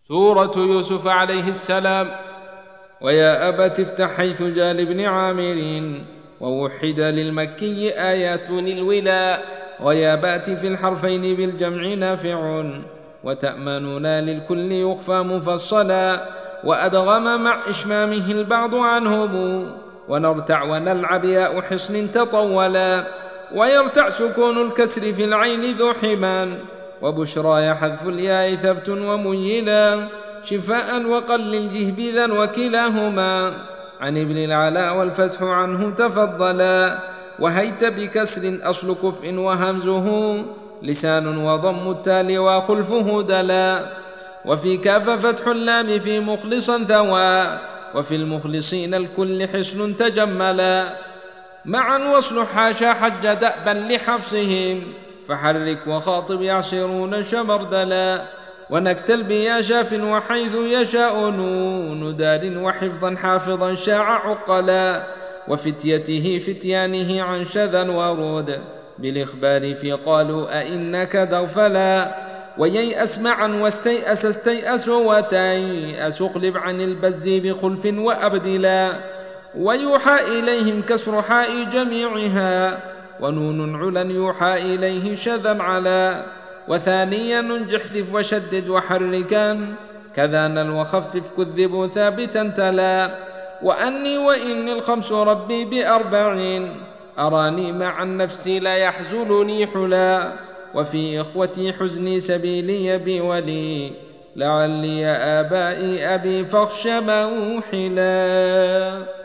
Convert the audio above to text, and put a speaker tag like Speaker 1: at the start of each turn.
Speaker 1: سورة يوسف عليه السلام. ويا أبت افتح حيث جاء لابن عامر ووحد للمكي آيات الولاء. ويا بات في الحرفين بالجمع نافع وتأمنون للكل يخفى مفصلا. وأدغم مع إشمامه البعض عنهم ونرتع ونلعب ياء حصن تطولا. ويرتع سكون الكسر في العين ذو حمان وبشرى حذف الياء ثبت وميلا. شفاء وقل الجهب ذا وكلاهما عن ابن العلا والفتح عنه تفضلا. وهيت بكسر أصل كفء وهمزه لسان وضم التالي وخلفه دلا. وفي كاف فتح اللام في مخلصا ثوى وفي المخلصين الكل حصن تجملا. معا وصل حاشا حج دأبا لحفصهم فحرك وخاطب يعصرون شمردلا. ونكتل بيا شاف وحيث يشاء نون دار وحفظا حافظا شاع عقلا. وفتيته فتيانه عن شذا ورود بالإخبار في قالوا أئنك دغفلا. وييأس معا واستيأس استيأس وتيأس اقلب عن البز بخلف وأبدلا. ويوحى إليهم كسر حاء جميعها ونون علا يوحى إليه شذا علا. وثانيا ننجح ذف وشدد وحركا كذا وخفف كذبوا ثابتا تلا. وأني وإني الخمس ربي بأربعين أراني مع النفس لا يحزنني حلا. وفي إخوتي حزني سبيلي بي ولي لعلي آبائي أبي فاخش موحلا.